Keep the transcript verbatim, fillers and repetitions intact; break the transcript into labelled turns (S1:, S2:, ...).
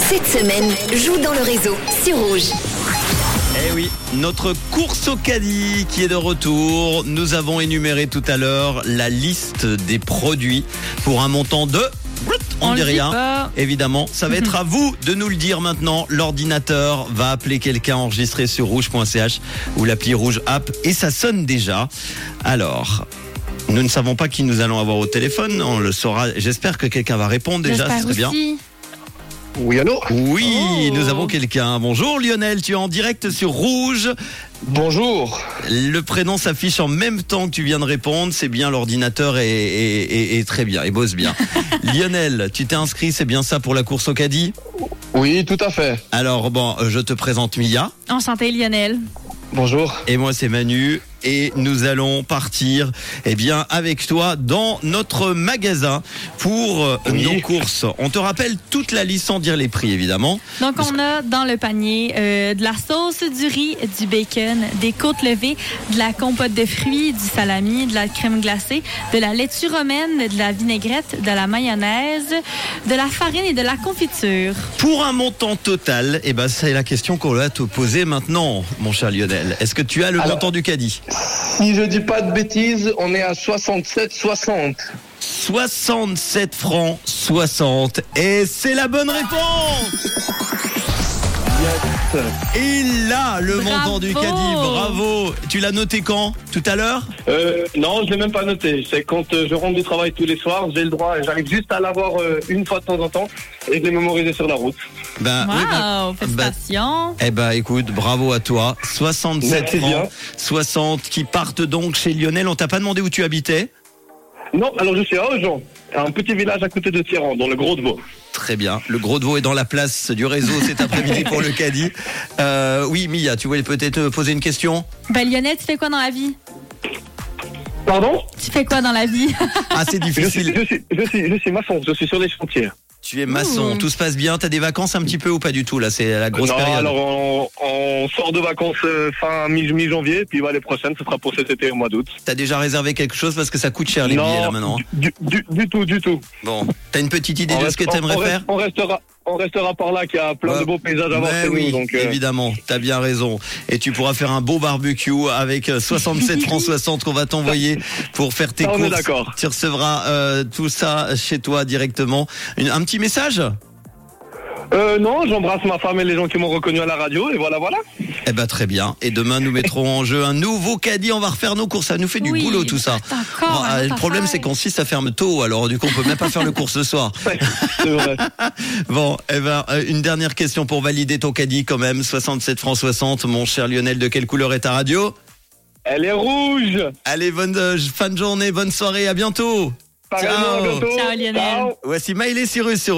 S1: Cette semaine, joue dans le réseau sur Rouge.
S2: Eh oui, notre course au caddie qui est de retour. Nous avons énuméré tout à l'heure la liste des produits pour un montant de... On ne dit rien, évidemment. Ça va être à vous de nous le dire maintenant. L'ordinateur va appeler quelqu'un enregistré sur rouge point c h ou l'appli Rouge App et ça sonne déjà. Alors... Nous ne savons pas qui nous allons avoir au téléphone. On le saura. J'espère que quelqu'un va répondre déjà.
S3: J'espère
S2: Ce serait bien.
S3: aussi.
S4: Oui, allô?
S2: Oui,
S3: Oh.
S2: nous avons quelqu'un. Bonjour Lionel, tu es en direct sur Rouge.
S4: Bonjour.
S2: Le prénom s'affiche en même temps que tu viens de répondre. C'est bien, l'ordinateur est, est, est, est très bien, il bosse bien. Lionel, tu t'es inscrit, c'est bien ça pour la course au caddie?
S4: Oui, tout à fait.
S2: Alors bon, je te présente Mia.
S3: Enchanté Lionel.
S4: Bonjour.
S2: Et moi c'est Manu. Et nous allons partir eh bien, avec toi dans notre magasin pour euh,
S4: Oui.
S2: nos courses. On te rappelle toute la liste sans dire les prix, évidemment.
S3: Donc,
S2: Parce
S3: on a dans le panier euh, de la sauce, du riz, du bacon, des côtes levées, de la compote de fruits, du salami, de la crème glacée, de la laitue romaine, de la vinaigrette, de la mayonnaise, de la farine et de la confiture.
S2: Pour un montant total, eh ben, c'est la question qu'on va te poser maintenant, mon cher Lionel. Est-ce que tu as le
S4: Alors-
S2: montant du caddie?
S4: Si je dis pas de bêtises, on est à soixante-sept soixante.
S2: soixante-sept francs soixante. Et c'est la bonne réponse!
S4: Yes.
S2: Et là, le
S3: Bravo.
S2: montant du caddie, bravo! Tu l'as noté quand? Tout à l'heure?
S5: Euh, non, je l'ai même pas noté. C'est quand euh, je rentre du travail tous les soirs, j'ai le droit, j'arrive juste à l'avoir euh, une fois de temps en temps et je l'ai mémorisé sur la route.
S2: Ben, oui, ben,
S3: Wow, félicitations.
S2: Eh ben, écoute, bravo à toi. soixante-sept
S5: Merci
S2: francs
S5: bien.
S2: soixante qui partent donc chez Lionel. On t'a pas demandé où tu habitais?
S5: Non, alors je suis à Aujon, un petit village à côté de Tiran, dans le Gros de Vaud.
S2: Très bien. Le Gros de Vaud est dans la place du réseau cet après-midi pour le caddie. Euh, oui, Mia, tu voulais peut-être te poser une question?
S3: Ben, Lionel, tu fais quoi dans la vie?
S5: Pardon?
S3: Tu fais quoi dans la vie?
S2: Ah, c'est
S5: je suis,
S2: difficile.
S5: je, suis, je, suis, je suis maçon, je suis sur les chantiers.
S2: Tu es maçon,
S3: Ouh.
S2: tout se passe bien. T'as des vacances un petit peu ou pas du tout? Là, c'est la grosse
S5: non,
S2: période.
S5: alors on, on sort de vacances euh, fin mi- mi-janvier, puis bah, les prochaines, ce sera pour cet été au mois d'août.
S2: T'as déjà réservé quelque chose parce que ça coûte cher les
S5: non,
S2: billets là maintenant.
S5: du, du, du tout, du tout.
S2: Bon, t'as une petite idée
S5: On
S2: de
S5: reste-
S2: ce que t'aimerais
S5: on, on
S2: faire?
S5: reste- on restera, on restera par là, qu'il y a plein
S2: Ouais.
S5: de beaux paysages à voir
S2: Mais
S5: chez
S2: oui,
S5: nous. Donc, euh,
S2: évidemment, t'as bien raison. Et tu pourras faire un beau barbecue avec euh, soixante-sept francs soixante qu'on va t'envoyer pour faire tes
S5: Ça, on est
S2: courses.
S5: d'accord.
S2: Tu recevras euh, tout ça chez toi directement. Une- un petit message?
S5: Euh, non, j'embrasse ma femme et les gens qui m'ont reconnu à la radio, et voilà, voilà.
S2: Eh ben très bien. Et demain nous mettrons en jeu un nouveau caddie. On va refaire nos courses. Ça nous fait du
S3: Oui,
S2: boulot tout ça.
S3: encore
S2: Bon,
S3: un
S2: euh,
S3: autre
S2: le problème
S3: affaire.
S2: c'est qu'en Suisse ça ferme tôt. Alors du coup on peut même pas faire le cours ce soir.
S5: Ouais, c'est vrai.
S2: Bon, eh ben euh, une dernière question pour valider ton caddie quand même. soixante-sept francs soixante. Mon cher Lionel, de quelle couleur est ta radio?
S5: Elle est rouge.
S2: Allez, bonne euh, fin de journée, bonne soirée, à bientôt.
S5: Pareillement,
S2: Ciao.
S5: à bientôt.
S3: Ciao, Lionel.
S5: Ciao.
S2: Voici Maïlé Cyrus sur